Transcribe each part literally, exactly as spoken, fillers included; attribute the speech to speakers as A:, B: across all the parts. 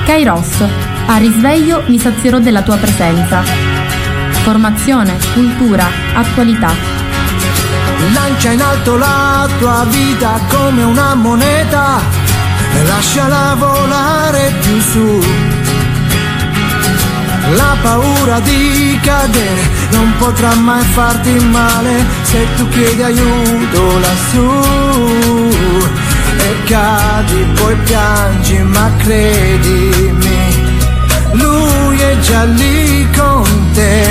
A: Kairos, a risveglio mi sazierò della tua presenza. Formazione, cultura, attualità.
B: Lancia in alto la tua vita come una moneta e lasciala volare più su. La paura di cadere non potrà mai farti male se tu chiedi aiuto lassù. E cadi, poi piangi, ma credimi, lui è già lì con te.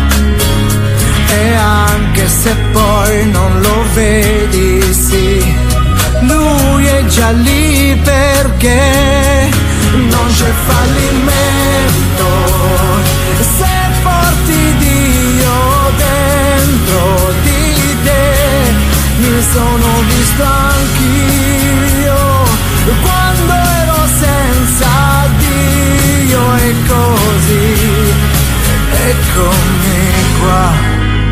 B: E anche se poi non lo vedi, sì, lui è già lì perché non c'è fallimento se porti Dio dentro di te. Mi sono visto anch'io quando ero senza Dio e così eccomi qua.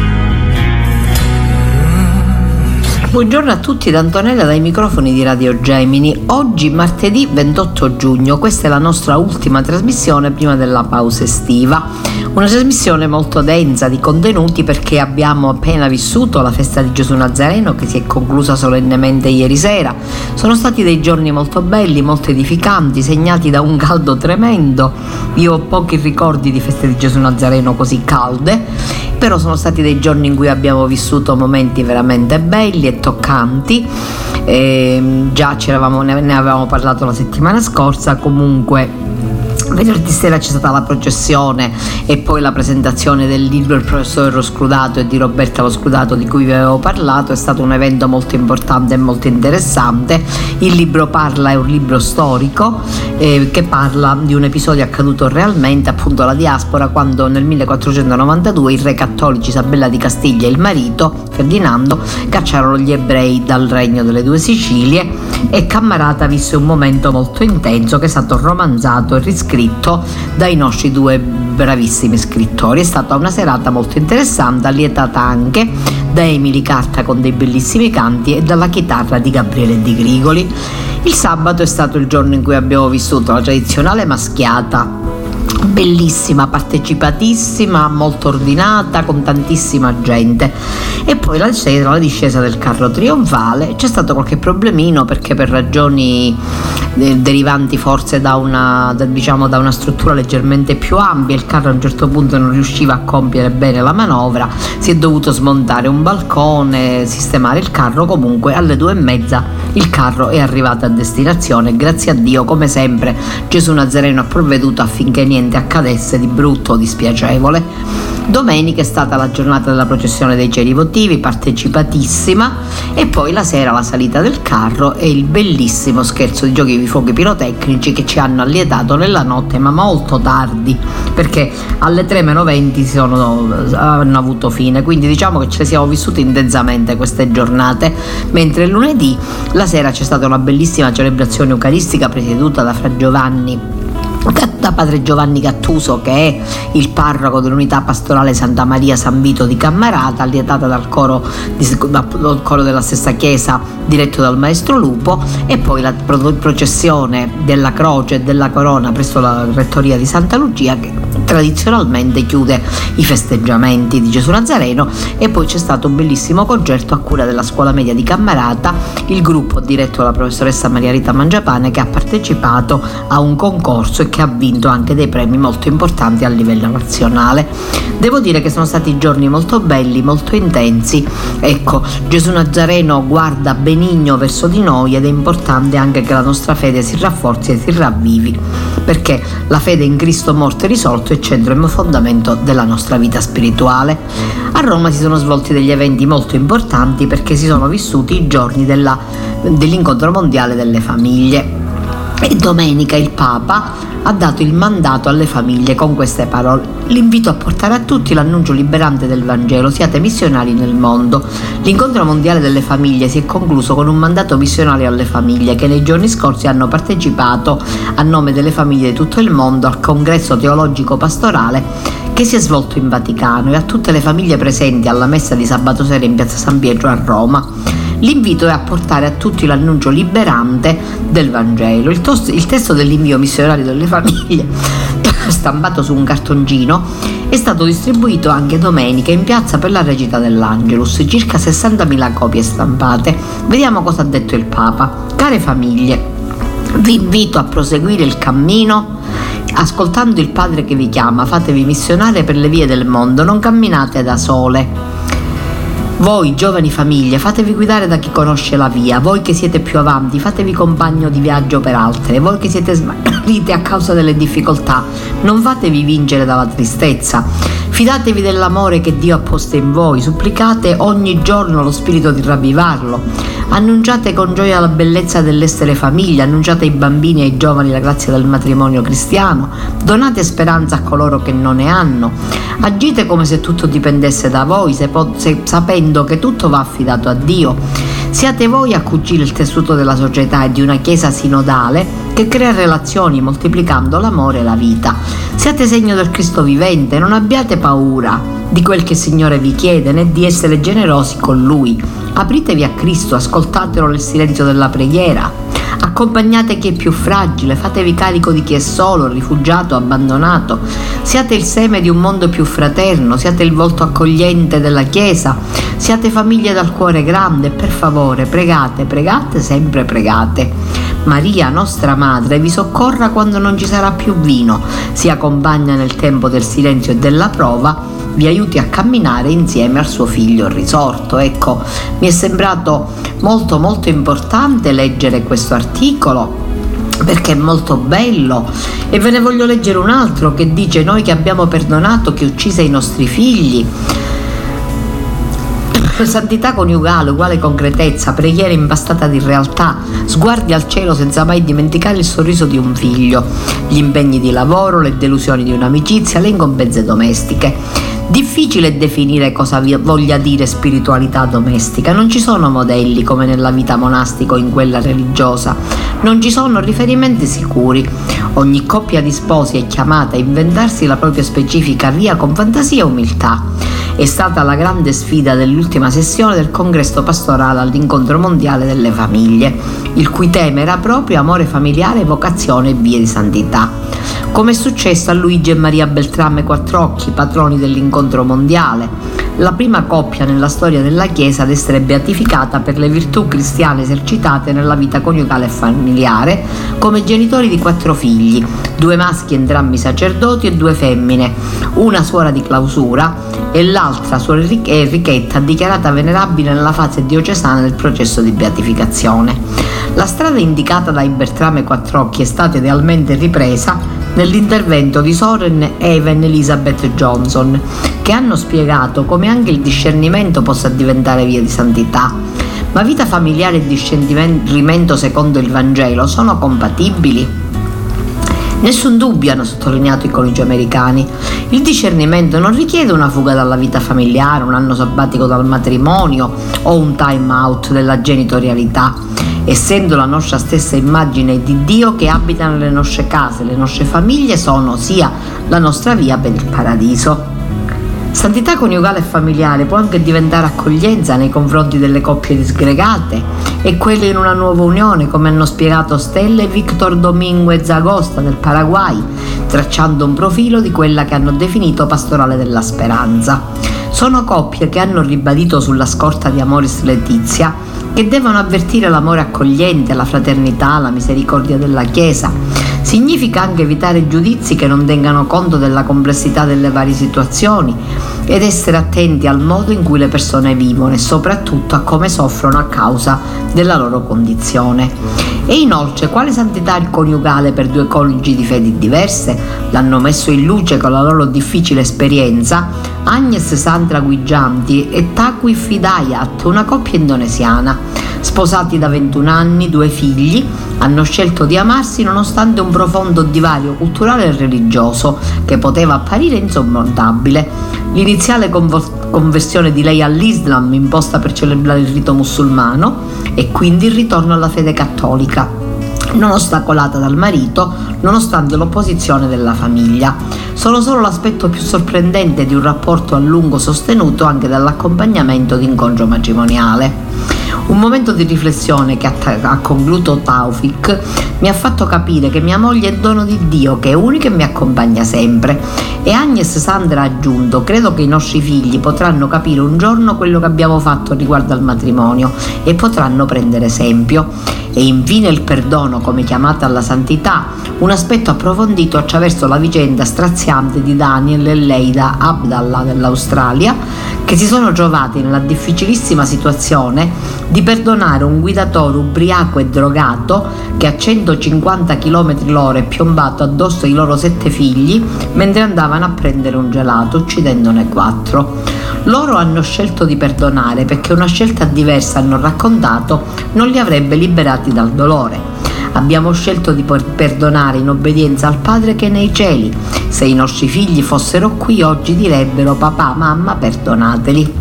C: Buongiorno a tutti da Antonella dai microfoni di Radio Gemini. Oggi martedì ventotto giugno, questa è la nostra ultima trasmissione prima della pausa estiva. Una trasmissione molto densa di contenuti perché abbiamo appena vissuto la festa di Gesù Nazareno che si è conclusa solennemente ieri sera. Sono stati dei giorni molto belli, molto edificanti, segnati da un caldo tremendo. Io ho pochi ricordi di feste di Gesù Nazareno così calde, però sono stati dei giorni in cui abbiamo vissuto momenti veramente belli e toccanti. E già ci eravamo, ne avevamo parlato la settimana scorsa. Comunque venerdì sera c'è stata la processione e poi la presentazione del libro del professor Lo Scrutato e di Roberta Lo Scrutato di cui vi avevo parlato. È stato un evento molto importante e molto interessante. Il libro parla, è un libro storico eh, che parla di un episodio accaduto realmente, appunto la diaspora, quando nel millequattrocentonovantadue i re cattolici Isabella di Castiglia e il marito Ferdinando cacciarono gli ebrei dal regno delle due Sicilie e Cammarata visse un momento molto intenso che è stato romanzato e riscritto dai nostri due bravissimi scrittori. È stata una serata molto interessante, allietata anche da Emily Carta con dei bellissimi canti e dalla chitarra di Gabriele Di Grigoli. Il sabato è stato il giorno in cui abbiamo vissuto la tradizionale maschiata, bellissima, partecipatissima, molto ordinata, con tantissima gente. E poi la sera, la discesa del carro trionfale. C'è stato qualche problemino perché per ragioni eh, derivanti forse da una da, diciamo da una struttura leggermente più ampia, il carro a un certo punto non riusciva a compiere bene la manovra, si è dovuto smontare un balcone, sistemare il carro. Comunque alle due e mezza il carro è arrivato a destinazione. Grazie a Dio, come sempre, Gesù Nazareno ha provveduto affinché niente accadesse di brutto o di spiacevole. Domenica è stata la giornata della processione dei ceri votivi, partecipatissima, e poi la sera la salita del carro e il bellissimo scherzo di giochi di fuochi pirotecnici che ci hanno allietato nella notte, ma molto tardi, perché alle tre meno venti si sono, hanno avuto fine, quindi diciamo che ce le siamo vissute intensamente queste giornate. Mentre lunedì la sera c'è stata una bellissima celebrazione eucaristica presieduta da Fra Giovanni da padre Giovanni Gattuso, che è il parroco dell'unità pastorale Santa Maria San Vito di Cammarata, allietata dal coro, di, dal coro della stessa chiesa diretto dal maestro Lupo, e poi la processione della croce e della corona presso la rettoria di Santa Lucia, che tradizionalmente chiude i festeggiamenti di Gesù Nazareno. E poi c'è stato un bellissimo concerto a cura della scuola media di Cammarata, il gruppo diretto dalla professoressa Maria Rita Mangiapane, che ha partecipato a un concorso e che ha vinto anche dei premi molto importanti a livello nazionale. Devo dire che sono stati giorni molto belli, molto intensi. Ecco, Gesù Nazareno guarda benigno verso di noi ed è importante anche che la nostra fede si rafforzi e si ravvivi, perché la fede in Cristo morto e risorto è centro e fondamento della nostra vita spirituale. A Roma si sono svolti degli eventi molto importanti perché si sono vissuti i giorni della, dell'incontro mondiale delle famiglie. E domenica il Papa ha dato il mandato alle famiglie con queste parole: l'invito a portare a tutti l'annuncio liberante del Vangelo, siate missionari nel mondo. L'incontro mondiale delle famiglie si è concluso con un mandato missionario alle famiglie che nei giorni scorsi hanno partecipato a nome delle famiglie di tutto il mondo al congresso teologico pastorale che si è svolto in Vaticano, e a tutte le famiglie presenti alla messa di sabato sera in piazza San Pietro a Roma. L'invito è a portare a tutti l'annuncio liberante del Vangelo. Il, tos- il testo dell'invio missionario delle famiglie, stampato su un cartoncino, è stato distribuito anche domenica in piazza per la recita dell'Angelus, circa sessantamila copie stampate. Vediamo cosa ha detto il Papa. Care famiglie, vi invito a proseguire il cammino ascoltando il Padre che vi chiama. Fatevi missionare per le vie del mondo, non camminate da sole. Voi giovani famiglie, fatevi guidare da chi conosce la via. Voi che siete più avanti, fatevi compagno di viaggio per altre. Voi che siete smarrite a causa delle difficoltà, non fatevi vincere dalla tristezza. Fidatevi dell'amore che Dio ha posto in voi, supplicate ogni giorno lo Spirito di ravvivarlo. Annunciate con gioia la bellezza dell'essere famiglia, annunciate ai bambini e ai giovani la grazia del matrimonio cristiano, donate speranza a coloro che non ne hanno. Agite come se tutto dipendesse da voi, se po- se, sapendo che tutto va affidato a Dio. Siate voi a cucire il tessuto della società e di una chiesa sinodale che crea relazioni moltiplicando l'amore e la vita. Siate segno del Cristo vivente, non abbiate paura di quel che il Signore vi chiede, né di essere generosi con Lui. Apritevi a Cristo, ascoltatelo nel silenzio della preghiera. Accompagnate chi è più fragile, fatevi carico di chi è solo, rifugiato, abbandonato. Siate il seme di un mondo più fraterno, siate il volto accogliente della Chiesa, siate famiglie dal cuore grande. Per favore, pregate, pregate, sempre pregate. Maria, nostra Madre, vi soccorra quando non ci sarà più vino, si accompagna nel tempo del silenzio e della prova, vi aiuti a camminare insieme al suo figlio risorto. Ecco, mi è sembrato molto molto importante leggere questo articolo perché è molto bello, e ve ne voglio leggere un altro che dice: noi che abbiamo perdonato chi uccise i nostri figli. Santità coniugale, uguale concretezza, preghiera impastata di realtà, sguardi al cielo senza mai dimenticare il sorriso di un figlio, gli impegni di lavoro, le delusioni di un'amicizia, le incombenze domestiche. Difficile definire cosa voglia dire spiritualità domestica, non ci sono modelli come nella vita monastica o in quella religiosa, non ci sono riferimenti sicuri. Ogni coppia di sposi è chiamata a inventarsi la propria specifica via con fantasia e umiltà. È stata la grande sfida dell'ultima sessione del congresso pastorale all'incontro mondiale delle famiglie, il cui tema era proprio amore familiare, vocazione e vie di santità. Come è successo a Luigi e Maria Beltrame Quattrocchi, patroni dell'incontro mondiale, la prima coppia nella storia della Chiesa ad essere beatificata per le virtù cristiane esercitate nella vita coniugale e familiare, come genitori di quattro figli, due maschi entrambi sacerdoti e due femmine, una suora di clausura e l'altra, suora Enrichetta, dichiarata venerabile nella fase diocesana del processo di beatificazione. La strada indicata dai Beltrame Quattrocchi è stata idealmente ripresa nell'intervento di Soren Even Elizabeth Johnson, che hanno spiegato come anche il discernimento possa diventare via di santità. Ma vita familiare e discernimento secondo il Vangelo sono compatibili? Nessun dubbio, hanno sottolineato i coniugi americani. Il discernimento non richiede una fuga dalla vita familiare, un anno sabbatico dal matrimonio o un time out della genitorialità. Essendo la nostra stessa immagine di Dio che abita nelle nostre case, le nostre famiglie sono sia la nostra via per il paradiso. Santità coniugale e familiare può anche diventare accoglienza nei confronti delle coppie disgregate e quelle in una nuova unione, come hanno spiegato Stella e Victor Dominguez Agosta del Paraguay, tracciando un profilo di quella che hanno definito pastorale della speranza. Sono coppie che hanno ribadito sulla scorta di Amoris Laetitia che devono avvertire l'amore accogliente, la fraternità, la misericordia della Chiesa. Significa anche evitare giudizi che non tengano conto della complessità delle varie situazioni ed essere attenti al modo in cui le persone vivono e soprattutto a come soffrono a causa della loro condizione. E inoltre, quale santità il coniugale per due coniugi di fedi diverse? L'hanno messo in luce con la loro difficile esperienza Agnes Sandra Guigianti e Takwi Fidayat, una coppia indonesiana. Sposati da ventuno anni, due figli, hanno scelto di amarsi nonostante un profondo divario culturale e religioso che poteva apparire insormontabile. L'iniziale convo- conversione di lei all'Islam imposta per celebrare il rito musulmano e quindi il ritorno alla fede cattolica, non ostacolata dal marito nonostante l'opposizione della famiglia. Sono solo l'aspetto più sorprendente di un rapporto a lungo sostenuto anche dall'accompagnamento di incontro matrimoniale. Un momento di riflessione che ha, ha concluso Taufik mi ha fatto capire che mia moglie è dono di Dio, che è unico e mi accompagna sempre. E Agnes Sandra ha aggiunto: credo che i nostri figli potranno capire un giorno quello che abbiamo fatto riguardo al matrimonio e potranno prendere esempio. E infine il perdono come chiamata alla santità, un aspetto approfondito attraverso la vicenda straziante di Daniel e Leila Abdallah dell'Australia, che si sono trovati nella difficilissima situazione di perdonare un guidatore ubriaco e drogato che a centocinquanta chilometri l'ora è piombato addosso ai loro sette figli mentre andavano a prendere un gelato, uccidendone quattro. Loro hanno scelto di perdonare perché una scelta diversa, hanno raccontato, non li avrebbe liberati dal dolore. Abbiamo scelto di perdonare in obbedienza al Padre che è nei cieli. Se i nostri figli fossero qui oggi direbbero: papà, mamma, perdonateli.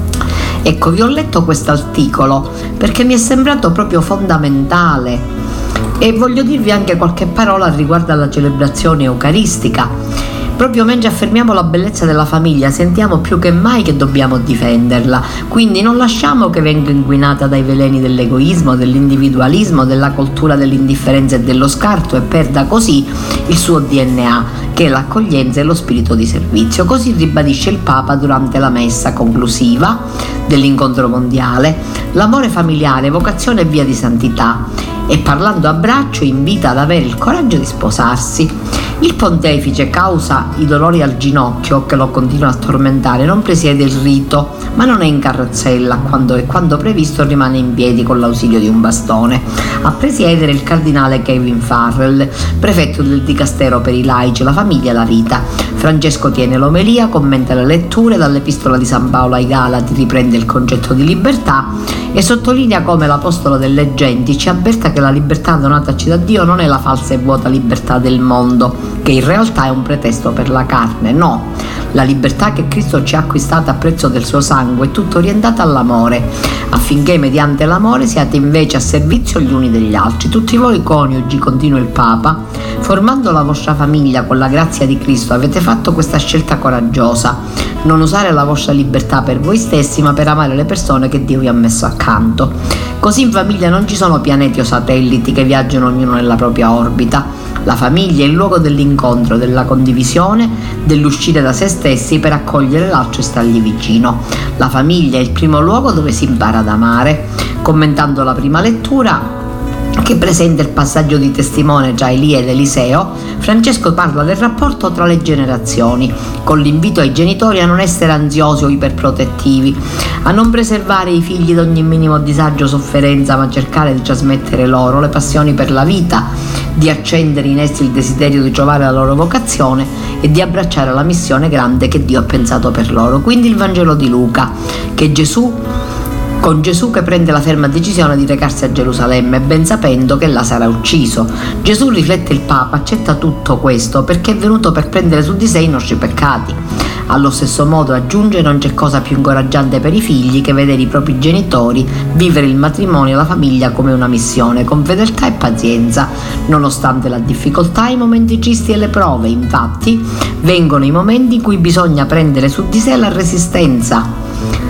C: Ecco, vi ho letto questo articolo perché mi è sembrato proprio fondamentale e voglio dirvi anche qualche parola riguardo alla celebrazione eucaristica. Proprio mentre affermiamo la bellezza della famiglia, sentiamo più che mai che dobbiamo difenderla, quindi non lasciamo che venga inquinata dai veleni dell'egoismo, dell'individualismo, della cultura dell'indifferenza e dello scarto e perda così il suo D N A, che è l'accoglienza e lo spirito di servizio. Così ribadisce il Papa durante la messa conclusiva dell'incontro mondiale: l'amore familiare, vocazione e via di santità. E parlando a braccio invita ad avere il coraggio di sposarsi. Il pontefice, causa i dolori al ginocchio che lo continuano a tormentare, non presiede il rito, ma non è in carrozzella quando e quando previsto rimane in piedi con l'ausilio di un bastone. A presiedere il cardinale Kevin Farrell, prefetto del Dicastero per i laici, la famiglia e la vita. Francesco tiene l'omelia, commenta le letture, dall'epistola di San Paolo ai Galati riprende il concetto di libertà e sottolinea come l'apostolo delle genti ci avverta che la libertà donataci da Dio non è la falsa e vuota libertà del mondo, che in realtà è un pretesto per la carne. No, la libertà che Cristo ci ha acquistata a prezzo del suo sangue è tutta orientata all'amore, affinché mediante l'amore siate invece a servizio gli uni degli altri. Tutti voi coniugi, continua il Papa, formando la vostra famiglia con la grazia di Cristo, avete fatto questa scelta coraggiosa: non usare la vostra libertà per voi stessi, ma per amare le persone che Dio vi ha messo accanto. Così in famiglia non ci sono pianeti o satelliti che viaggiano ognuno nella propria orbita. La famiglia è il luogo dell'incontro, della condivisione, dell'uscire da se stessi per accogliere l'altro e stargli vicino. La famiglia è il primo luogo dove si impara ad amare. Commentando la prima lettura, che presenta il passaggio di testimone tra Elia ed Eliseo, Francesco parla del rapporto tra le generazioni, con l'invito ai genitori a non essere ansiosi o iperprotettivi, a non preservare i figli da ogni minimo disagio o sofferenza, ma cercare di trasmettere loro le passioni per la vita, di accendere in essi il desiderio di trovare la loro vocazione e di abbracciare la missione grande che Dio ha pensato per loro. Quindi il Vangelo di Luca, che Gesù con Gesù che prende la ferma decisione di recarsi a Gerusalemme, ben sapendo che là sarà ucciso. Gesù, riflette il Papa, accetta tutto questo perché è venuto per prendere su di sé i nostri peccati. Allo stesso modo, aggiunge, non c'è cosa più incoraggiante per i figli che vedere i propri genitori vivere il matrimonio e la famiglia come una missione, con fedeltà e pazienza, nonostante la difficoltà, i momenti tristi e le prove. Infatti, vengono i momenti in cui bisogna prendere su di sé la resistenza,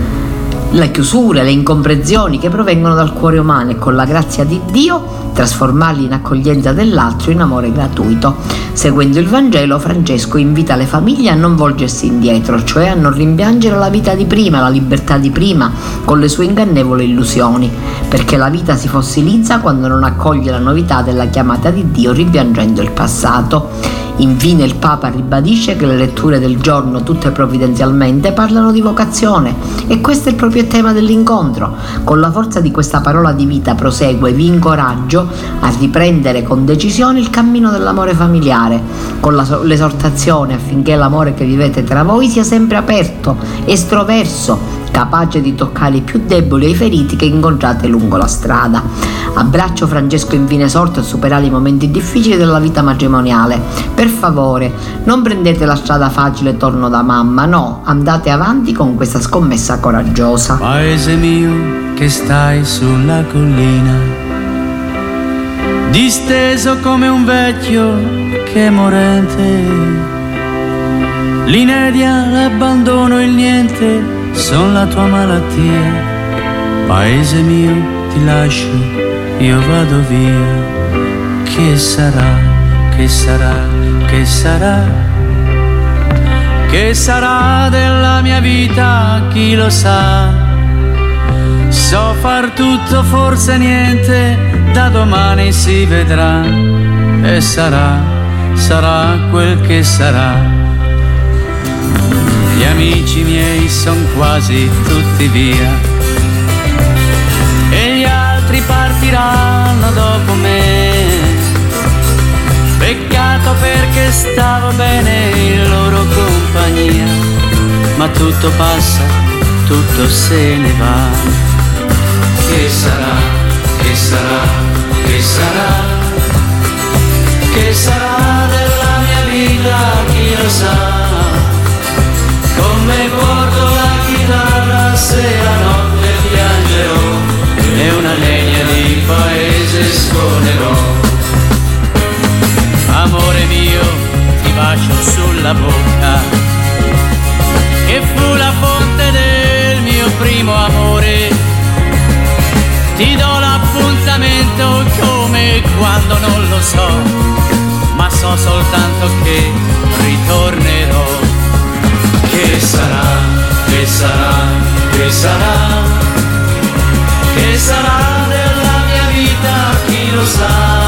C: le chiusure, le incomprensioni che provengono dal cuore umano e con la grazia di Dio trasformarli in accoglienza dell'altro, in amore gratuito. Seguendo il Vangelo, Francesco invita le famiglie a non volgersi indietro, cioè a non rimpiangere la vita di prima, la libertà di prima, con le sue ingannevoli illusioni, perché la vita si fossilizza quando non accoglie la novità della chiamata di Dio, rimpiangendo il passato. Infine il Papa ribadisce che le letture del giorno, tutte provvidenzialmente, parlano di vocazione e questo è il proprio tema dell'incontro. Con la forza di questa parola di vita prosegue: vi incoraggio a riprendere con decisione il cammino dell'amore familiare, con la, l'esortazione affinché l'amore che vivete tra voi sia sempre aperto, estroverso, capace di toccare i più deboli e i feriti che incontrate lungo la strada. Abbraccio Francesco infine esorta a superare i momenti difficili della vita matrimoniale. Per favore, non prendete la strada facile torno da mamma, no, andate avanti con questa scommessa coraggiosa.
D: Paese mio che stai sulla collina, disteso come un vecchio che è morente, l'inedia, l'abbandono e il niente son la tua malattia. Paese mio, ti lascio, io vado via. Che sarà, che sarà, che sarà? Che sarà della mia vita, chi lo sa? So far tutto, forse niente, da domani si vedrà. E sarà, sarà quel che sarà. Gli amici miei son quasi tutti via e gli altri partiranno dopo me. Peccato perché stavo bene in loro compagnia, ma tutto passa, tutto se ne va. Che sarà, che sarà, che sarà? Che sarà della mia vita, chi lo sa? Come porto la chitarra se la notte piangerò e una legna di paese suonerò. Amore mio, ti bacio sulla bocca, che fu la fonte del mio primo amore. Ti do l'appuntamento come quando non lo so, ma so soltanto che ritornerò. Che sarà, che sarà, che sarà? Che sarà della mia vita, chi lo sa?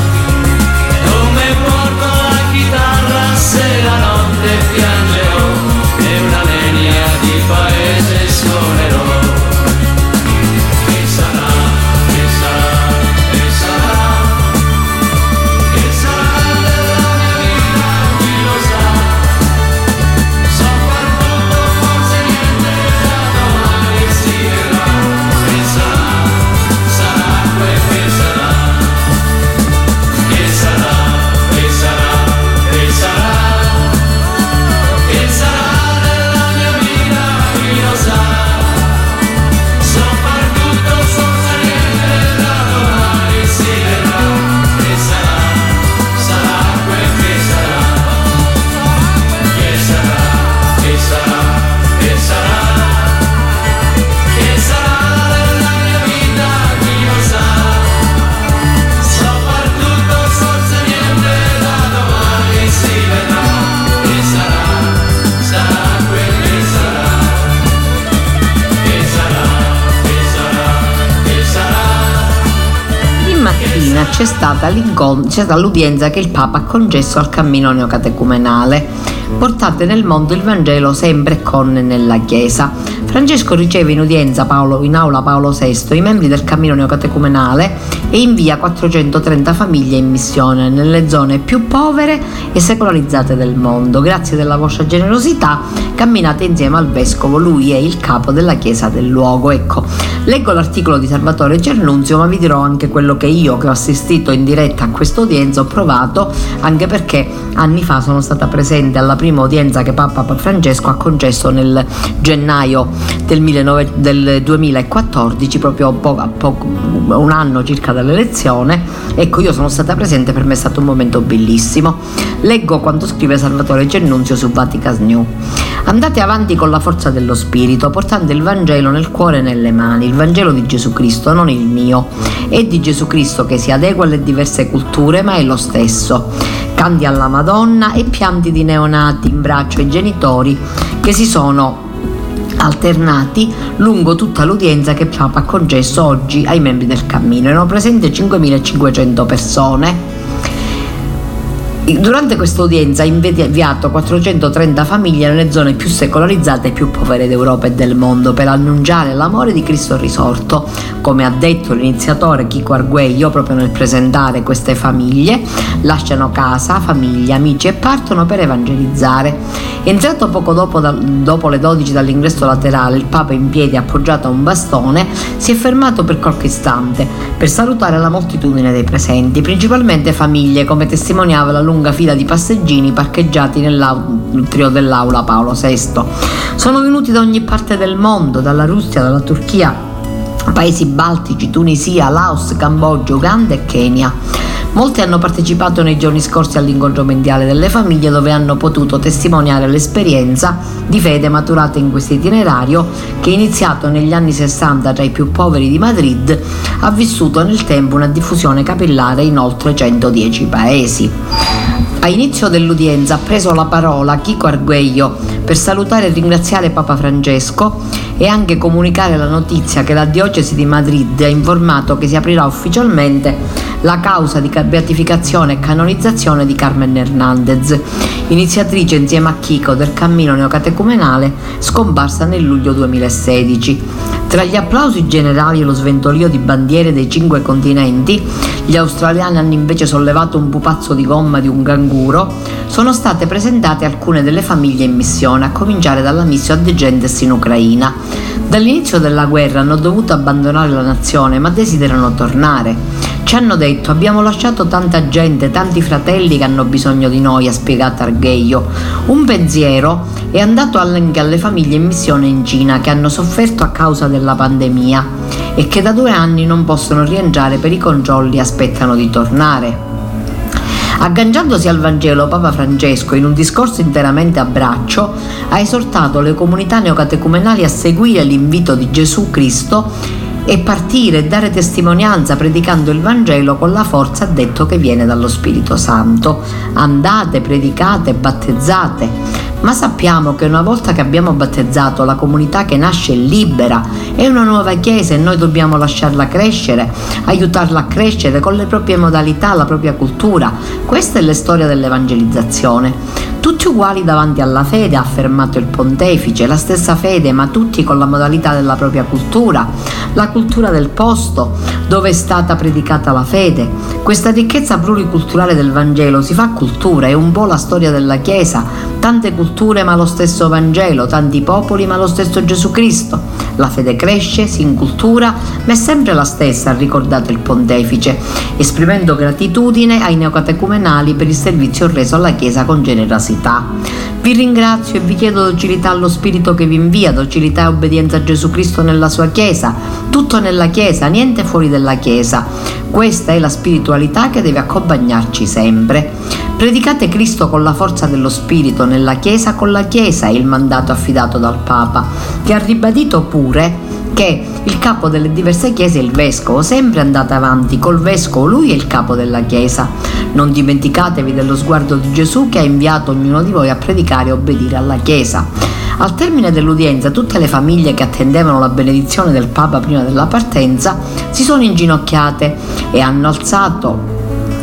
D: Come porto la chitarra se la notte piangerò e una legna di paese suonerò. Che sarà, che sarà, che sarà? Che sarà della mia vita, chi lo sa? So far tutto, forse niente, da domani si vedrà. Che sarà, sarà quel che sarà. Che sarà, che sarà, che sarà? Che sarà della mia vita, chi lo sa? So far tutto, forse niente, da domani si vedrà. Che sarà, sarà quel che sarà. Che sarà, che sarà, che sarà? Che sarà della mia vita, chi lo sa? So far tutto, forse niente, da domani si vedrà. Che sarà, sarà quel che sarà. Che sarà, che sarà, che sarà?
C: In mattina c'è stata, l'incon- c'è stata l'udienza che il Papa ha concesso al cammino neocatecumenale. Portate nel mondo il Vangelo sempre con e nella Chiesa. Francesco riceve in udienza Paolo, in aula Paolo sesto, i membri del cammino neocatecumenale e invia quattrocentotrenta famiglie in missione nelle zone più povere e secolarizzate del mondo. Grazie della vostra generosità camminate insieme al vescovo, lui è il capo della chiesa del luogo. Ecco, leggo l'articolo di Salvatore Cernunzio, ma vi dirò anche quello che io, che ho assistito in diretta a questa udienza, ho provato, anche perché anni fa sono stata presente alla prima udienza che Papa Francesco ha concesso nel gennaio del, millenovecento, del duemilaquattordici, proprio poco, poco, un anno circa dall'elezione. Ecco, io sono stata presente, per me è stato un momento bellissimo. Leggo quanto scrive Salvatore Cernunzio su Vatican News. Andate avanti con la forza dello Spirito, portando il Vangelo nel cuore e nelle mani, il Vangelo di Gesù Cristo, non il mio. È di Gesù Cristo che si adegua alle diverse culture, ma è lo stesso. Canti alla Madonna e pianti di neonati in braccio ai genitori che si sono alternati lungo tutta l'udienza che Papa ha concesso oggi ai membri del cammino. Erano presenti cinquemilacinquecento persone. Durante questa udienza ha inviato quattrocentotrenta famiglie nelle zone più secolarizzate e più povere d'Europa e del mondo per annunciare l'amore di Cristo risorto. Come ha detto l'iniziatore Chico Arguello proprio nel presentare queste famiglie, lasciano casa, famiglia, amici e partono per evangelizzare. Entrato poco dopo, da, dopo le dodici dall'ingresso laterale, il Papa in piedi appoggiato a un bastone si è fermato per qualche istante per salutare la moltitudine dei presenti, principalmente famiglie, come testimoniava la lunga fila di passeggini parcheggiati nell'atrio dell'aula Paolo sesto. Sono venuti da ogni parte del mondo, dalla Russia, dalla Turchia, paesi baltici, Tunisia, Laos, Cambogia, Uganda e Kenya. Molti hanno partecipato nei giorni scorsi all'incontro mondiale delle famiglie, dove hanno potuto testimoniare l'esperienza di fede maturata in questo itinerario che, iniziato negli anni sessanta tra i più poveri di Madrid, ha vissuto nel tempo una diffusione capillare in oltre centodieci paesi. A inizio dell'udienza ha preso la parola Chico Argüello per salutare e ringraziare Papa Francesco e anche comunicare la notizia che la diocesi di Madrid ha informato che si aprirà ufficialmente la causa di beatificazione e canonizzazione di Carmen Hernández, iniziatrice insieme a Chico del cammino neocatecumenale scomparsa nel luglio duemilasedici. Tra gli applausi generali e lo sventolio di bandiere dei cinque continenti, gli australiani hanno invece sollevato un pupazzo di gomma di un canguro. Sono state presentate alcune delle famiglie in missione, a cominciare dalla Missio de Gentes in Ucraina. Dall'inizio della guerra hanno dovuto abbandonare la nazione, ma desiderano tornare. Ci hanno detto: abbiamo lasciato tanta gente, tanti fratelli che hanno bisogno di noi, ha spiegato Argüello. Un pensiero è andato anche alle famiglie in missione in Cina che hanno sofferto a causa della pandemia e che da due anni non possono rientrare per i controlli e aspettano di tornare. Agganciandosi al Vangelo, Papa Francesco, in un discorso interamente a braccio, ha esortato le comunità neocatecumenali a seguire l'invito di Gesù Cristo e partire e dare testimonianza predicando il Vangelo con la forza, ha detto, che viene dallo Spirito Santo. Andate, predicate, battezzate. Ma sappiamo che una volta che abbiamo battezzato, la comunità che nasce è libera, è una nuova Chiesa e noi dobbiamo lasciarla crescere, aiutarla a crescere con le proprie modalità, la propria cultura. Questa è la storia dell'evangelizzazione. Tutti uguali davanti alla fede, ha affermato il pontefice, la stessa fede, ma tutti con la modalità della propria cultura, la cultura del posto dove è stata predicata la fede. Questa ricchezza pluriculturale del Vangelo si fa cultura, è un po' la storia della Chiesa, tante culture ma lo stesso Vangelo, tanti popoli ma lo stesso Gesù Cristo. La fede cresce, si incultura, ma è sempre la stessa, ha ricordato il pontefice, esprimendo gratitudine ai neocatecumenali per il servizio reso alla Chiesa con generosità. Vi ringrazio e vi chiedo docilità allo Spirito che vi invia, docilità e obbedienza a Gesù Cristo nella sua Chiesa, tutto nella Chiesa, niente fuori dalla Chiesa. Questa è la spiritualità che deve accompagnarci sempre. Predicate Cristo con la forza dello Spirito nella Chiesa con la Chiesa, è il mandato affidato dal Papa, che ha ribadito pure che il capo delle diverse chiese è il vescovo. Sempre andate avanti col vescovo, lui è il capo della Chiesa. Non dimenticatevi dello sguardo di Gesù che ha inviato ognuno di voi a predicare e obbedire alla Chiesa. Al termine dell'udienza, tutte le famiglie che attendevano la benedizione del Papa prima della partenza si sono inginocchiate e hanno alzato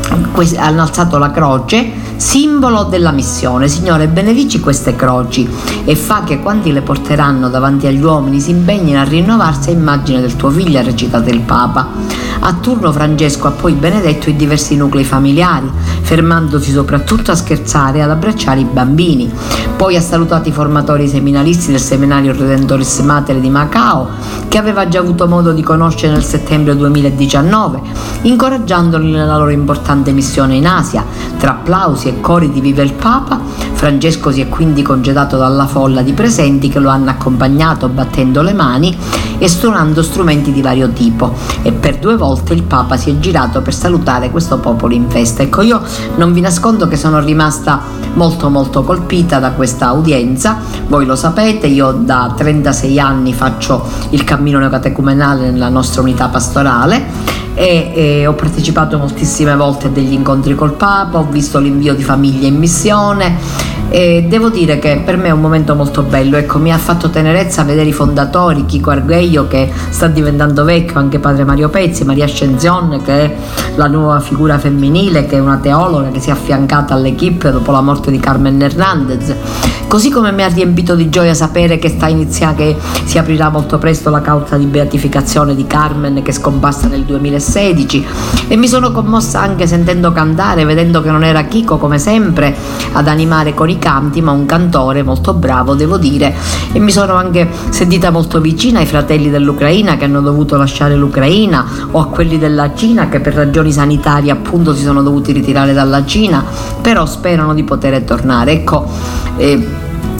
C: hanno alzato la croce, simbolo della missione. Signore, benedici queste croci e fa che quanti le porteranno davanti agli uomini si impegnino a rinnovarsi a immagine del tuo figlio, ha recitato il Papa. A turno Francesco ha poi benedetto i diversi nuclei familiari, fermandosi soprattutto a scherzare e ad abbracciare i bambini. Poi ha salutato i formatori seminaristi del seminario Redentoris Mater di Macao, che aveva già avuto modo di conoscere nel settembre duemiladiciannove, incoraggiandoli nella loro importante missione in Asia. Tra applausi e cori di Viva il Papa, Francesco si è quindi congedato dalla folla di presenti che lo hanno accompagnato battendo le mani e suonando strumenti di vario tipo, e per due volte il Papa si è girato per salutare questo popolo in festa. Ecco, io non vi nascondo che sono rimasta molto molto colpita da questa udienza. Voi lo sapete, io da trentasei anni faccio il cammino neocatecumenale nella nostra unità pastorale e, e ho partecipato moltissime volte a degli incontri col Papa, ho visto l'invio di famiglie in missione e devo dire che per me è un momento molto bello. Ecco, mi ha fatto tenerezza vedere i fondatori, Chico Argüello che sta diventando vecchio, anche padre Mario Pezzi, Maria Ascenzione che è la nuova figura femminile, che è una teologa che si è affiancata all'equipe dopo la morte di Carmen Hernández. Così come mi ha riempito di gioia sapere che sta iniziando, che si aprirà molto presto la causa di beatificazione di Carmen, che è scomparsa nel duemilasedici, e mi sono commossa anche sentendo cantare, vedendo che non era Chico come sempre ad animare con i canti, ma un cantore molto bravo, devo dire, e mi sono anche sentita molto vicina ai fratelli dell'Ucraina che hanno dovuto lasciare l'Ucraina, o a quelli della Cina che per ragioni sanitarie appunto si sono dovuti ritirare dalla Cina, però sperano di poter tornare. Ecco, eh,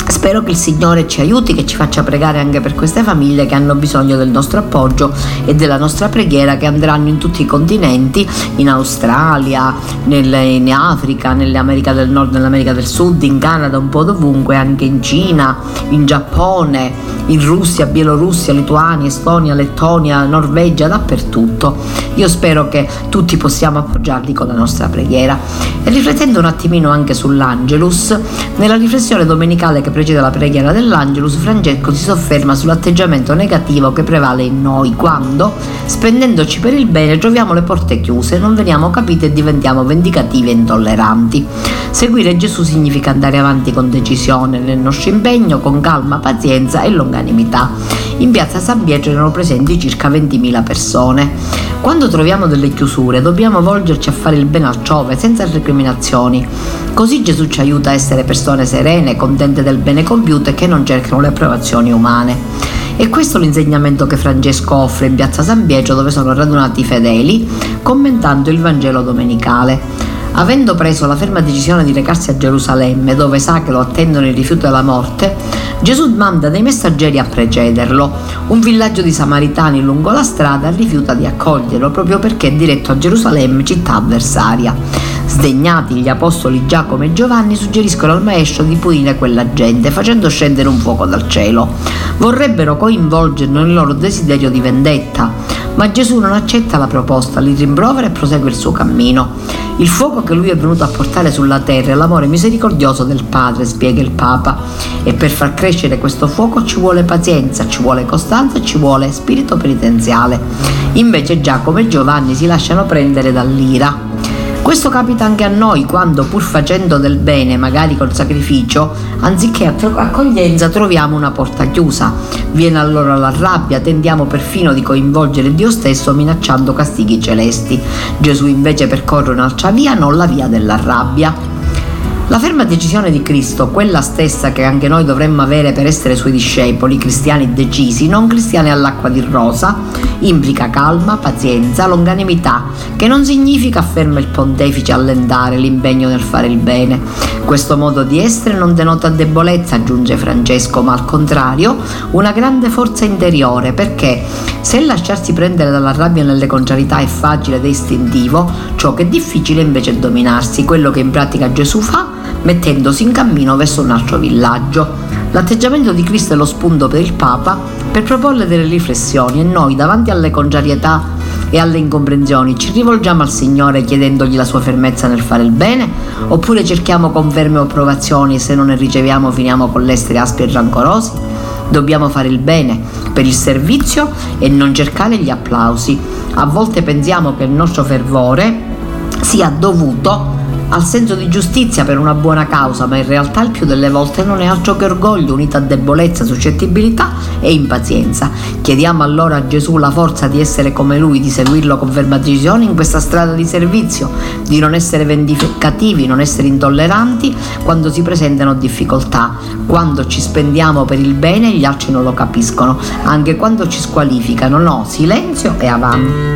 C: Spero che il Signore ci aiuti, che ci faccia pregare anche per queste famiglie che hanno bisogno del nostro appoggio e della nostra preghiera, che andranno in tutti i continenti, in Australia, nel, in Africa, nell'America del Nord, nell'America del Sud, in Canada, un po' dovunque, anche in Cina, in Giappone, in Russia, Bielorussia, Lituania, Estonia, Lettonia, Norvegia, dappertutto. Io spero che tutti possiamo appoggiarli con la nostra preghiera. E riflettendo un attimino anche sull'Angelus, nella riflessione domenicale che precede la preghiera dell'Angelus, Francesco si sofferma sull'atteggiamento negativo che prevale in noi quando, spendendoci per il bene, troviamo le porte chiuse, non veniamo capiti e diventiamo vendicativi e intolleranti. Seguire Gesù significa andare avanti con decisione nel nostro impegno, con calma, pazienza e longanimità. In piazza San Pietro erano presenti circa ventimila persone. Quando troviamo delle chiusure dobbiamo volgerci a fare il bene altrove senza recriminazioni. Così Gesù ci aiuta a essere persone serene, contente del bene compiuto e che non cercano le approvazioni umane. E questo è l'insegnamento che Francesco offre in piazza San Pietro, dove sono radunati i fedeli, commentando il Vangelo domenicale. Avendo preso la ferma decisione di recarsi a Gerusalemme, dove sa che lo attendono il rifiuto della morte, Gesù manda dei messaggeri a precederlo. Un villaggio di Samaritani lungo la strada rifiuta di accoglierlo proprio perché è diretto a Gerusalemme, città avversaria. Sdegnati, gli apostoli Giacomo e Giovanni suggeriscono al maestro di punire quella gente facendo scendere un fuoco dal cielo. Vorrebbero coinvolgerlo nel loro desiderio di vendetta, ma Gesù non accetta la proposta, li rimprovera e prosegue il suo cammino. Il fuoco che lui è venuto a portare sulla terra è l'amore misericordioso del Padre, spiega il Papa, e per far crescere questo fuoco ci vuole pazienza, ci vuole costanza e ci vuole spirito penitenziale. Invece Giacomo e Giovanni si lasciano prendere dall'ira. Questo capita anche a noi quando, pur facendo del bene, magari col sacrificio, anziché accoglienza troviamo una porta chiusa. Viene allora la rabbia, tendiamo perfino di coinvolgere Dio stesso minacciando castighi celesti. Gesù invece percorre un'altra via, non la via della rabbia. La ferma decisione di Cristo, quella stessa che anche noi dovremmo avere per essere suoi discepoli, cristiani decisi, non cristiani all'acqua di rosa, implica calma, pazienza, longanimità, che non significa, afferma il pontefice, allentare l'impegno nel fare il bene. Questo modo di essere non denota debolezza, aggiunge Francesco, ma al contrario una grande forza interiore, perché se lasciarsi prendere dalla rabbia nelle contrarietà è facile ed istintivo, ciò che è difficile invece è dominarsi, quello che in pratica Gesù fa mettendosi in cammino verso un altro villaggio. L'atteggiamento di Cristo è lo spunto per il Papa per proporle delle riflessioni, e noi davanti alle contrarietà e alle incomprensioni ci rivolgiamo al Signore chiedendogli la sua fermezza nel fare il bene, oppure cerchiamo conferme o approvazioni e se non ne riceviamo finiamo con l'essere aspri e rancorosi? Dobbiamo fare il bene per il servizio e non cercare gli applausi. A volte pensiamo che il nostro fervore sia dovuto al senso di giustizia per una buona causa, ma in realtà il più delle volte non è altro che orgoglio unito a debolezza, suscettibilità e impazienza. Chiediamo allora a Gesù la forza di essere come Lui, di seguirlo con ferma decisione in questa strada di servizio, di non essere vendicativi, non essere intolleranti quando si presentano difficoltà, quando ci spendiamo per il bene e gli altri non lo capiscono, anche quando ci squalificano. No, silenzio e avanti.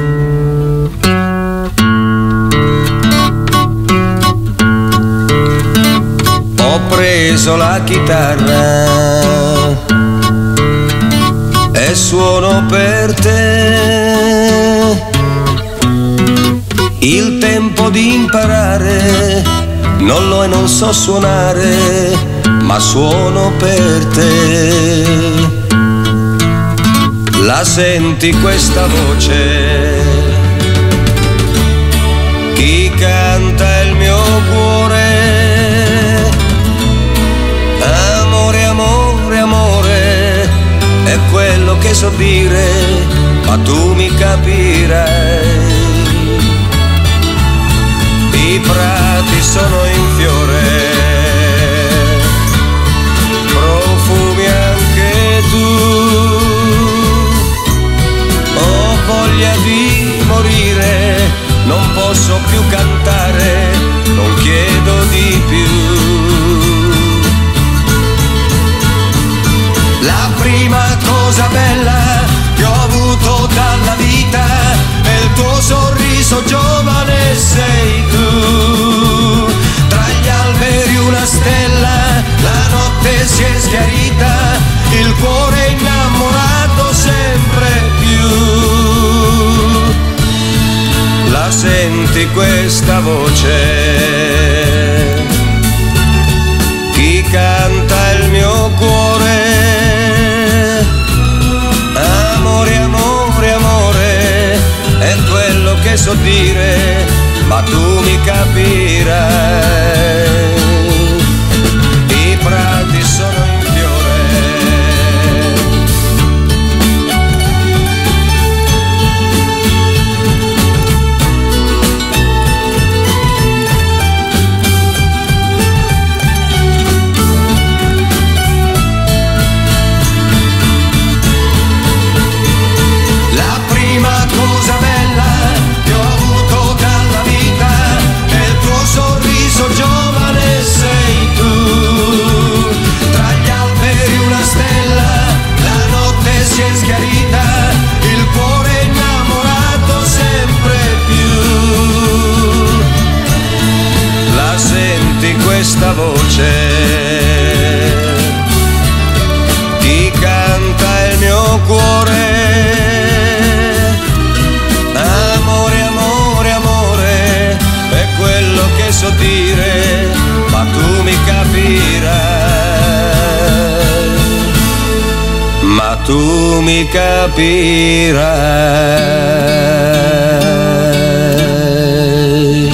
E: Ho preso la chitarra e suono per te. Il tempo di imparare non lo e non so suonare, ma suono per te. La senti questa voce? Chi canta il mio cuore? Amore, amore, amore, è quello che so dire, ma tu mi capirai. I prati sono in fiore, profumi anche tu. Ho voglia di morire, non posso più cantare, non chiedo di più. La prima cosa bella che ho avuto dalla vita è il tuo sorriso giovane, sei tu. Tra gli alberi una stella, la notte si è voce, chi canta il mio cuore. Amore, amore, amore, è quello che so dire, ma tu mi capirai. I prati sono in giovane sei tu, tra gli alberi una stella, la notte si è schiarita, il cuore innamorato sempre più. La senti questa voce, chi canta il mio cuore. Amore, amore, amore, è quello che so dire, ma tu mi capirai, ma tu mi capirai.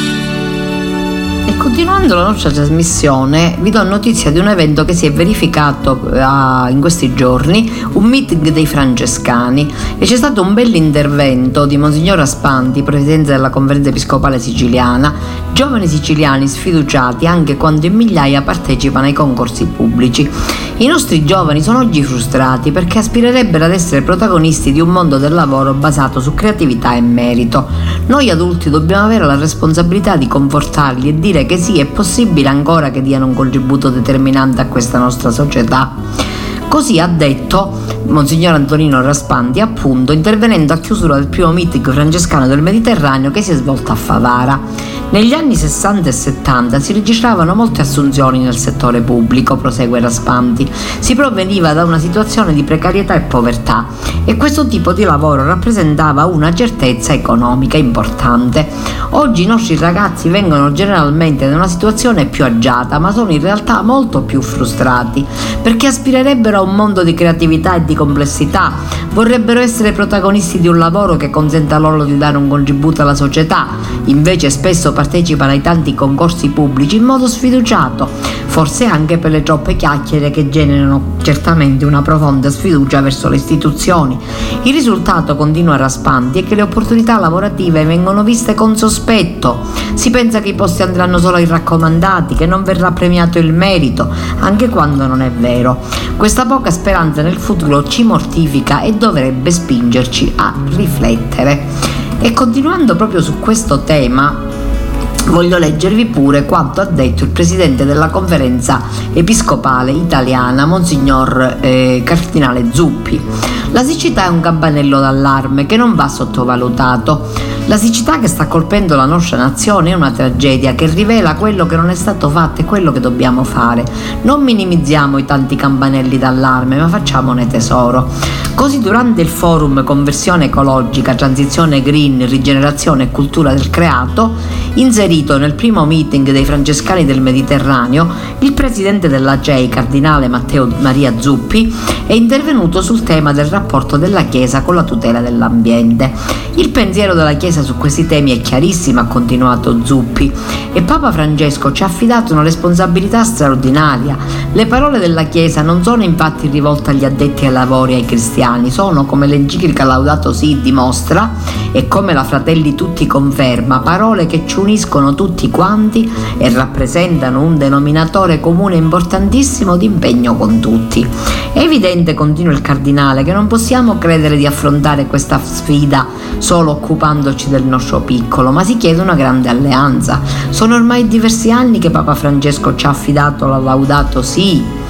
C: E continuando la nostra trasmissione, vi do notizia di un evento che si è verificato uh, in questi giorni, un meeting dei francescani, e c'è stato un bel intervento di Monsignor Aspanti, presidente della Conferenza Episcopale Siciliana. Giovani siciliani sfiduciati anche quando in migliaia partecipano ai concorsi pubblici. I nostri giovani sono oggi frustrati perché aspirerebbero ad essere protagonisti di un mondo del lavoro basato su creatività e merito. Noi adulti dobbiamo avere la responsabilità di confortarli e dire che sì, è possibile ancora che diano un contributo determinante a questa nostra società. Così ha detto Monsignor Antonino Raspanti, appunto, intervenendo a chiusura del primo meeting francescano del Mediterraneo che si è svolto a Favara. Negli anni sessanta e settanta si registravano molte assunzioni nel settore pubblico, prosegue Raspanti. Si proveniva da una situazione di precarietà e povertà e questo tipo di lavoro rappresentava una certezza economica importante. Oggi i nostri ragazzi vengono generalmente da una situazione più agiata, ma sono in realtà molto più frustrati perché aspirerebbero a un mondo di creatività e di complessità, vorrebbero essere protagonisti di un lavoro che consenta loro di dare un contributo alla società, invece spesso partecipano ai tanti concorsi pubblici in modo sfiduciato, forse anche per le troppe chiacchiere che generano certamente una profonda sfiducia verso le istituzioni. Il risultato, continua Raspanti, è che le opportunità lavorative vengono viste con sospetto, si pensa che i posti andranno solo ai raccomandati, che non verrà premiato il merito, anche quando non è vero. Questa poca speranza nel futuro ci mortifica e dovrebbe spingerci a riflettere. E continuando proprio su questo tema, voglio leggervi pure quanto ha detto il presidente della Conferenza Episcopale Italiana, Monsignor eh, Cardinale Zuppi. La siccità è un campanello d'allarme che non va sottovalutato. La siccità che sta colpendo la nostra nazione è una tragedia che rivela quello che non è stato fatto e quello che dobbiamo fare. Non minimizziamo i tanti campanelli d'allarme, ma facciamone tesoro. Così durante il forum Conversione ecologica, transizione green, rigenerazione e cultura del creato, inserito nel primo meeting dei francescani del Mediterraneo, il presidente della C E I, Cardinale Matteo Maria Zuppi, è intervenuto sul tema del rapporto della Chiesa con la tutela dell'ambiente. Il pensiero della Chiesa su questi temi è chiarissimo, ha continuato Zuppi, e Papa Francesco ci ha affidato una responsabilità straordinaria. Le parole della Chiesa non sono infatti rivolte agli addetti ai lavori, ai cristiani, sono, come l'enciclica Laudato Si dimostra e come la Fratelli Tutti conferma, parole che ci uniscono tutti quanti e rappresentano un denominatore comune importantissimo di impegno con tutti. È evidente, continua il Cardinale, che non possiamo credere di affrontare questa sfida solo occupandoci del nostro piccolo, ma si chiede una grande alleanza. Sono ormai diversi anni che Papa Francesco ci ha affidato la Laudato Si,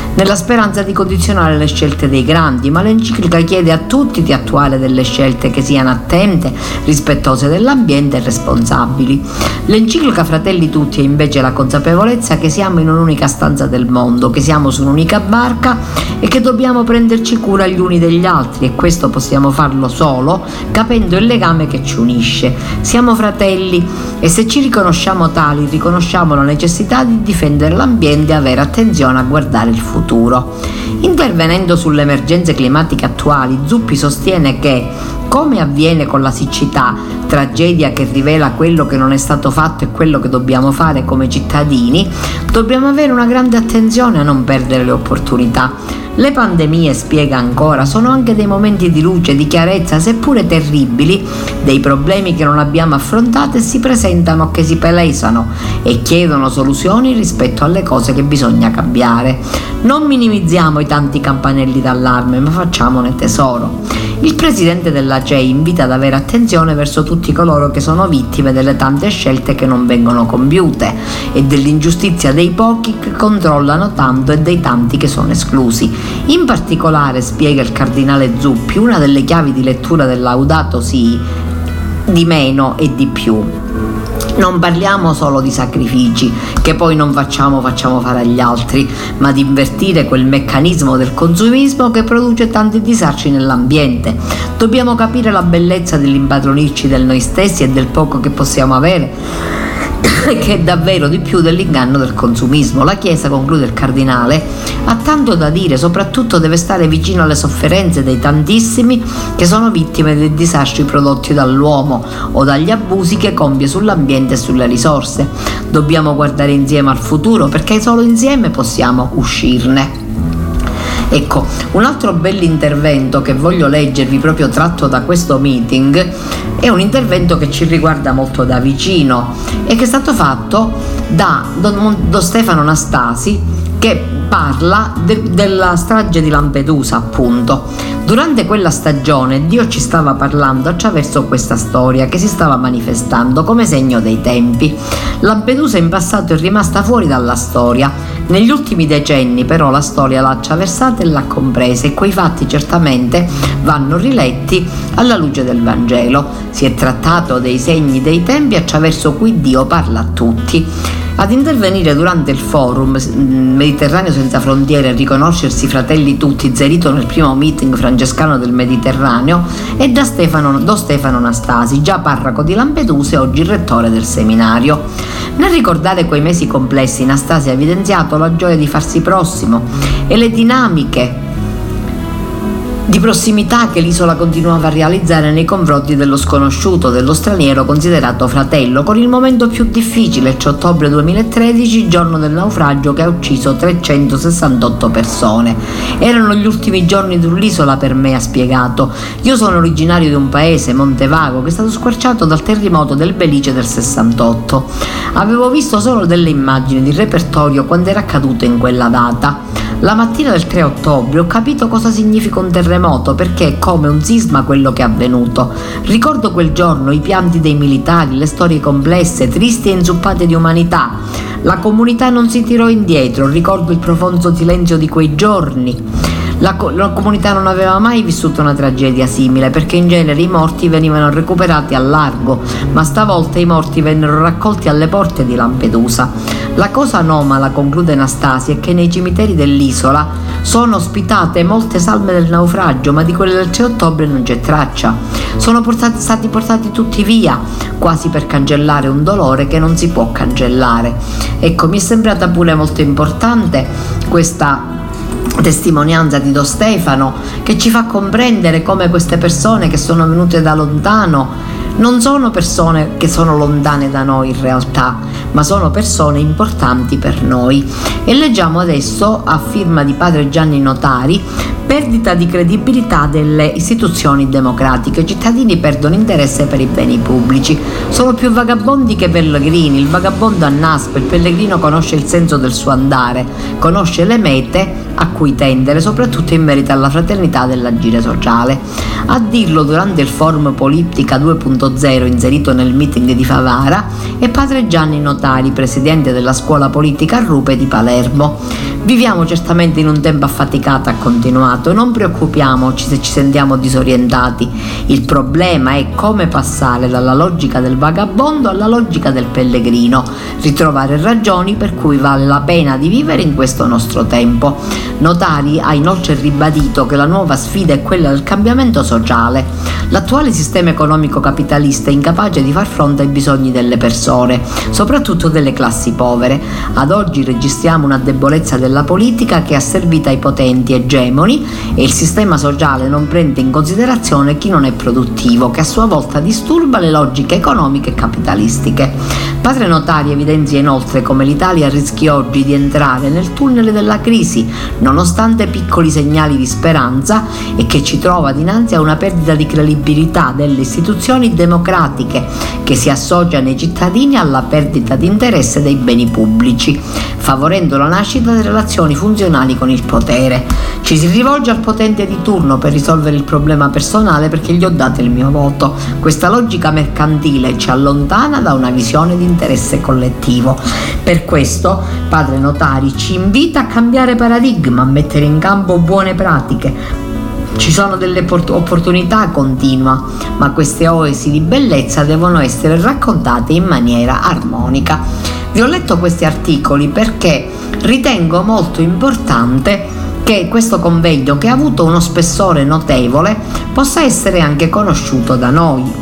C: nella speranza di condizionare le scelte dei grandi, ma l'enciclica chiede a tutti di attuare delle scelte che siano attente, rispettose dell'ambiente e responsabili. L'enciclica Fratelli Tutti è invece la consapevolezza che siamo in un'unica stanza del mondo, che siamo su un'unica barca e che dobbiamo prenderci cura gli uni degli altri, e questo possiamo farlo solo capendo il legame che ci unisce. Siamo fratelli e se ci riconosciamo tali, riconosciamo la necessità di difendere l'ambiente e avere attenzione a guardare il futuro. Intervenendo sulle emergenze climatiche attuali, Zuppi sostiene che, come avviene con la siccità, tragedia che rivela quello che non è stato fatto e quello che dobbiamo fare come cittadini, dobbiamo avere una grande attenzione a non perdere le opportunità. Le pandemie, spiega ancora, sono anche dei momenti di luce, di chiarezza, seppure terribili, dei problemi che non abbiamo affrontato e si presentano, che si palesano e chiedono soluzioni rispetto alle cose che bisogna cambiare. Non minimizziamo i tanti campanelli d'allarme, ma facciamone tesoro. Il presidente della C E I invita ad avere attenzione verso tutti coloro che sono vittime delle tante scelte che non vengono compiute e dell'ingiustizia dei pochi che controllano tanto e dei tanti che sono esclusi. In particolare, spiega il cardinale Zuppi, una delle chiavi di lettura del Laudato Si, di meno e di più. Non parliamo solo di sacrifici che poi non facciamo facciamo fare agli altri, ma di invertire quel meccanismo del consumismo che produce tanti disagi nell'ambiente. Dobbiamo capire la bellezza dell'impadronirci del noi stessi e del poco che possiamo avere, che è davvero di più dell'inganno del consumismo. La Chiesa, conclude il cardinale, ha tanto da dire, soprattutto deve stare vicino alle sofferenze dei tantissimi che sono vittime dei disastri prodotti dall'uomo o dagli abusi che compie sull'ambiente e sulle risorse. Dobbiamo guardare insieme al futuro, perché solo insieme possiamo uscirne. Ecco, un altro bell'intervento che voglio leggervi, proprio tratto da questo meeting, è un intervento che ci riguarda molto da vicino e che è stato fatto da Don, Don Stefano Nastasi, che parla de, della strage di Lampedusa, appunto. Durante quella stagione Dio ci stava parlando attraverso questa storia che si stava manifestando come segno dei tempi. Lampedusa in passato è rimasta fuori dalla storia. Negli ultimi decenni però la storia l'ha attraversata e l'ha compresa, e quei fatti certamente vanno riletti alla luce del Vangelo. Si è trattato dei segni dei tempi attraverso cui Dio parla a tutti. Ad intervenire durante il forum Mediterraneo senza frontiere e riconoscersi fratelli tutti, inserito nel primo meeting francescano del Mediterraneo, è da Stefano, Don Stefano Nastasi, già parroco di Lampedusa e oggi rettore del seminario. Nel ricordare quei mesi complessi, Nastasi ha evidenziato la gioia di farsi prossimo e le dinamiche di prossimità che l'isola continuava a realizzare nei confronti dello sconosciuto, dello straniero considerato fratello, con il momento più difficile, il tre ottobre duemilatredici, giorno del naufragio che ha ucciso trecentosessantotto persone. Erano gli ultimi giorni sull'isola per me, ha spiegato. Io sono originario di un paese, Montevago, che è stato squarciato dal terremoto del Belice del sessantotto. Avevo visto solo delle immagini di repertorio quando era accaduto in quella data. La mattina del tre ottobre ho capito cosa significa un terremoto, perché è come un sisma quello che è avvenuto. Ricordo quel giorno, i pianti dei militari, le storie complesse, tristi e inzuppate di umanità. La comunità non si tirò indietro, ricordo il profondo silenzio di quei giorni. La, co- la comunità non aveva mai vissuto una tragedia simile, perché in genere i morti venivano recuperati al largo, ma stavolta i morti vennero raccolti alle porte di Lampedusa. La cosa anomala, conclude Nastasi, è che nei cimiteri dell'isola sono ospitate molte salme del naufragio, ma di quelle del tre ottobre non c'è traccia. Sono portati, stati portati tutti via, quasi per cancellare un dolore che non si può cancellare. Ecco, mi è sembrata pure molto importante questa testimonianza di Don Stefano, che ci fa comprendere come queste persone che sono venute da lontano non sono persone che sono lontane da noi in realtà, ma sono persone importanti per noi. E leggiamo adesso, a firma di padre Gianni Notari, perdita di credibilità delle istituzioni democratiche. I cittadini perdono interesse per i beni pubblici, sono più vagabondi che pellegrini. Il vagabondo ha nasco, il pellegrino conosce il senso del suo andare, conosce le mete a cui tendere, soprattutto in merito alla fraternità dell'agire sociale. A dirlo durante il forum Politica due punto punto zero inserito nel meeting di Favara, e padre Gianni Notari, presidente della scuola politica Rupe di Palermo. Viviamo certamente in un tempo affaticato, ha continuato, non preoccupiamoci se ci sentiamo disorientati. Il problema è come passare dalla logica del vagabondo alla logica del pellegrino, ritrovare ragioni per cui vale la pena di vivere in questo nostro tempo. Notari ha inoltre ribadito che la nuova sfida è quella del cambiamento sociale. L'attuale sistema economico capitalista è incapace di far fronte ai bisogni delle persone, soprattutto delle classi povere. Ad oggi registriamo una debolezza della politica che è asservita ai potenti egemoni, e il sistema sociale non prende in considerazione chi non è produttivo, che a sua volta disturba le logiche economiche e capitalistiche. Padre Notari evidenzia inoltre come l'Italia rischi oggi di entrare nel tunnel della crisi, nonostante piccoli segnali di speranza, e che ci trova dinanzi a una perdita di credibilità delle istituzioni democratiche, che si associa nei cittadini alla perdita di interesse dei beni pubblici, favorendo la nascita di relazioni funzionali con il potere. Ci si rivolge al potente di turno per risolvere il problema personale perché gli ho dato il mio voto. Questa logica mercantile ci allontana da una visione di interesse collettivo. Per questo padre Notari ci invita a cambiare paradigma, a mettere in campo buone pratiche. Ci sono delle opportunità continua, ma queste oasi di bellezza devono essere raccontate in maniera armonica. Vi ho letto questi articoli perché ritengo molto importante che questo convegno, che ha avuto uno spessore notevole, possa essere anche conosciuto da noi.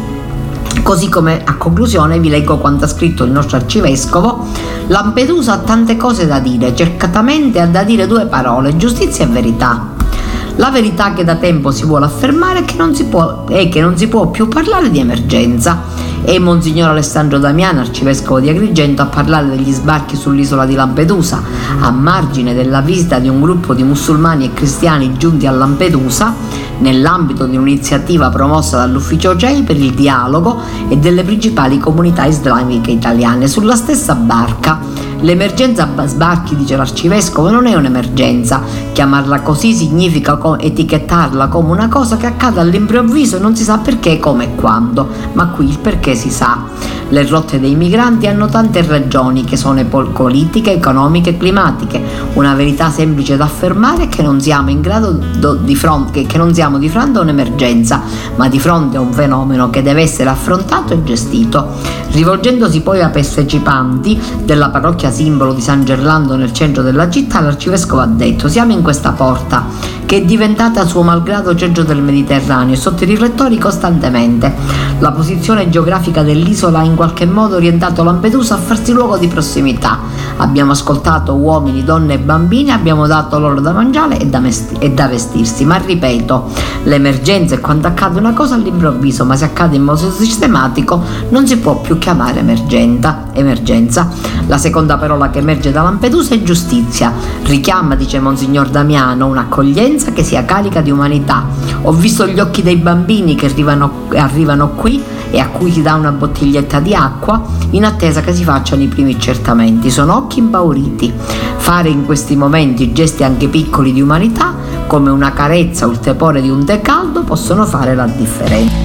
C: Così come, a conclusione, vi leggo quanto ha scritto il nostro arcivescovo: Lampedusa ha tante cose da dire, certamente ha da dire due parole: giustizia e verità. La verità che da tempo si vuole affermare è che non si può, è che non si può più parlare di emergenza. È Monsignor Alessandro Damiano, arcivescovo di Agrigento, a parlare degli sbarchi sull'isola di Lampedusa, a margine della visita di un gruppo di musulmani e cristiani giunti a Lampedusa nell'ambito di un'iniziativa promossa dall'Ufficio C E I per il dialogo e delle principali comunità islamiche italiane sulla stessa barca. L'emergenza sbarchi, dice l'arcivescovo, non è un'emergenza. Chiamarla così significa co- etichettarla come una cosa che accade all'improvviso e non si sa perché, come e quando, ma qui il perché si sa. Le rotte dei migranti hanno tante ragioni, che sono politiche, economiche e climatiche. Una verità semplice da affermare è che non siamo in grado do, di fronte che non siamo di fronte a un'emergenza, ma di fronte a un fenomeno che deve essere affrontato e gestito. Rivolgendosi poi ai partecipanti della parrocchia simbolo di San Gerlando nel centro della città, l'arcivescovo ha detto: siamo in questa porta che è diventata suo malgrado centro del Mediterraneo e sotto i riflettori costantemente. La posizione geografica dell'isola ha in qualche modo orientato Lampedusa a farsi luogo di prossimità. Abbiamo ascoltato uomini, donne e bambini, abbiamo dato loro da mangiare e da, mesti- e da vestirsi. Ma ripeto, l'emergenza è quando accade una cosa all'improvviso, ma se accade in modo sistematico non si può più chiamare emergenza. emergenza. La seconda parola che emerge da Lampedusa è giustizia. Richiama, dice Monsignor Damiano, un'accoglienza che sia carica di umanità. Ho visto gli occhi dei bambini che arrivano, arrivano qui e a cui si dà una bottiglietta di acqua in attesa che si facciano i primi accertamenti. Sono occhi impauriti. Fare in questi momenti gesti anche piccoli di umanità, come una carezza o il tepore di un tè caldo, possono fare la differenza.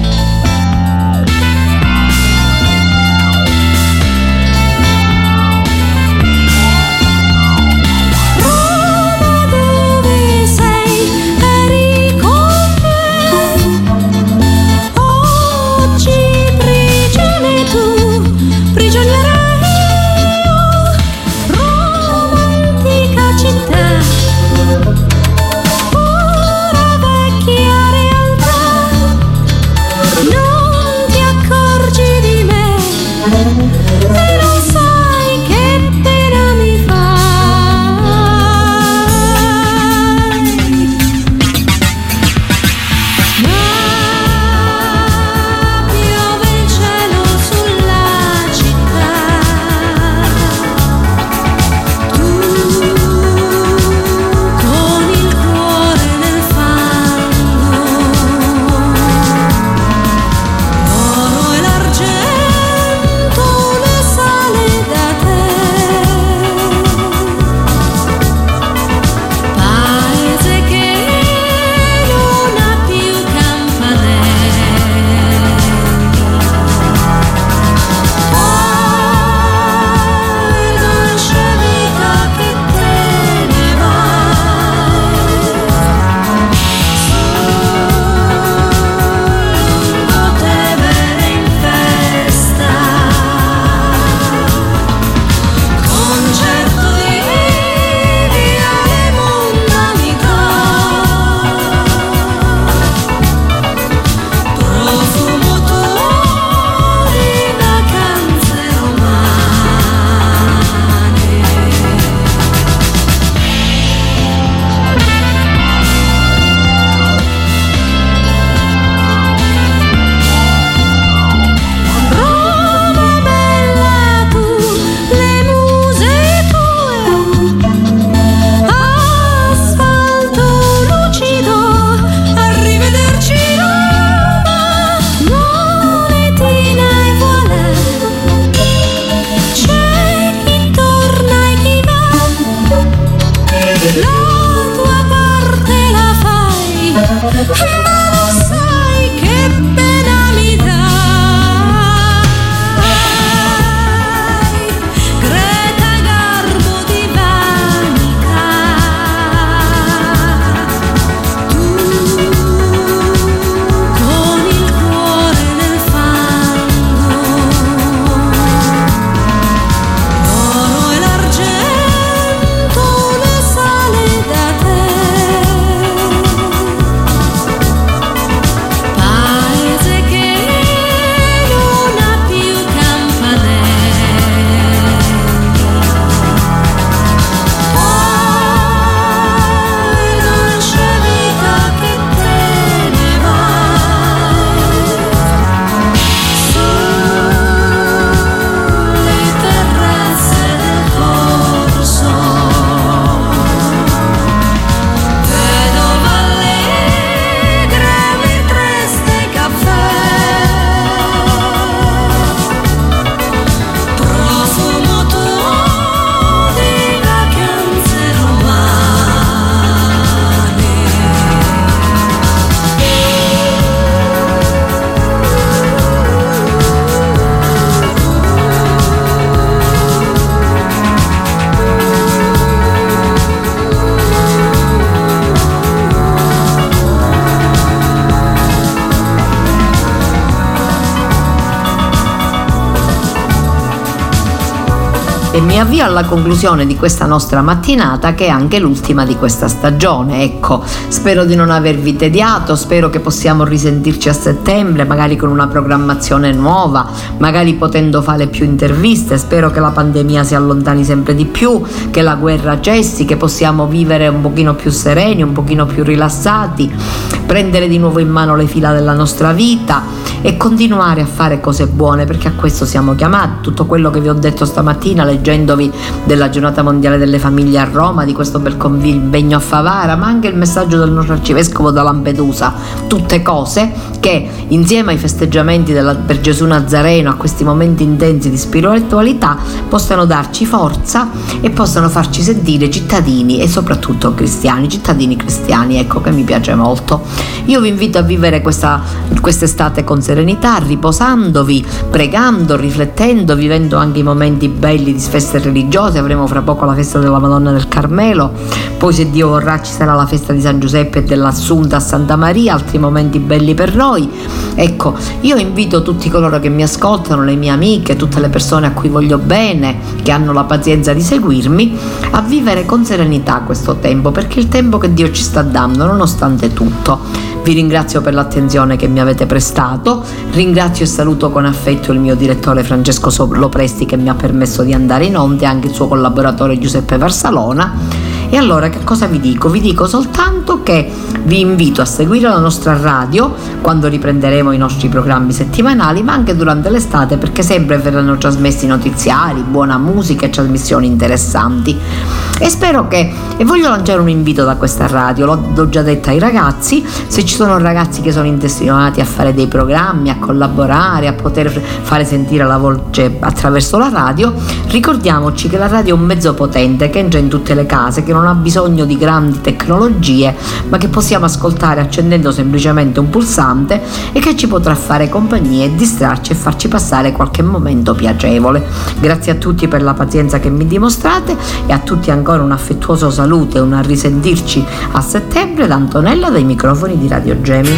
C: E mi avvio alla conclusione di questa nostra mattinata, che è anche l'ultima di questa stagione. Ecco, spero di non avervi tediato, spero che possiamo risentirci a settembre, magari con una programmazione nuova, magari potendo fare più interviste. Spero che la pandemia si allontani sempre di più, che la guerra cessi, che possiamo vivere un pochino più sereni, un pochino più rilassati, prendere di nuovo in mano le fila della nostra vita e continuare a fare cose buone, perché a questo siamo chiamati. Tutto quello che vi ho detto stamattina leggendovi della giornata mondiale delle famiglie a Roma, di questo bel convegno a Favara, ma anche il messaggio del nostro arcivescovo da Lampedusa, tutte cose che insieme ai festeggiamenti della, per Gesù Nazareno, a questi momenti intensi di spiritualità, possano darci forza e possano farci sentire cittadini e soprattutto cristiani, cittadini cristiani, ecco, che mi piace molto. Io vi invito a vivere questa quest'estate con serenità, riposandovi, pregando, riflettendo, vivendo anche i momenti belli di feste religiose. Avremo fra poco la festa della Madonna del Carmelo, poi se Dio vorrà ci sarà la festa di San Giuseppe e dell'Assunta a Santa Maria, altri momenti belli per noi. Ecco, io invito tutti coloro che mi ascoltano, le mie amiche, tutte le persone a cui voglio bene, che hanno la pazienza di seguirmi, a vivere con serenità questo tempo, perché è il tempo che Dio ci sta dando nonostante tutto. Vi ringrazio per l'attenzione che mi avete prestato, ringrazio e saluto con affetto il mio direttore Francesco Lopresti, che mi ha permesso di andare in onda, e anche il suo collaboratore Giuseppe Varsalona. E allora che cosa vi dico? Vi dico soltanto che vi invito a seguire la nostra radio quando riprenderemo i nostri programmi settimanali, ma anche durante l'estate, perché sempre verranno trasmessi notiziari, buona musica e trasmissioni interessanti. E spero che, e voglio lanciare un invito da questa radio, l'ho, l'ho già detto ai ragazzi, se ci sono ragazzi che sono intenzionati a fare dei programmi, a collaborare, a poter fare sentire la voce attraverso la radio, ricordiamoci che la radio è un mezzo potente che entra in tutte le case, che non ha bisogno di grandi tecnologie, ma che possiamo ascoltare accendendo semplicemente un pulsante, e che ci potrà fare compagnia e distrarci e farci passare qualche momento piacevole. Grazie a tutti per la pazienza che mi dimostrate, e a tutti ancora un affettuoso saluto e un a risentirci a settembre da Antonella dai microfoni di Radio Gemini.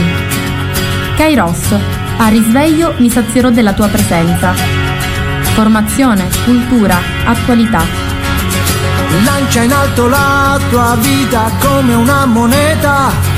A: Kairos, a risveglio mi sazierò della tua presenza. Formazione, cultura, attualità.
B: Lancia in alto la tua vita come una moneta.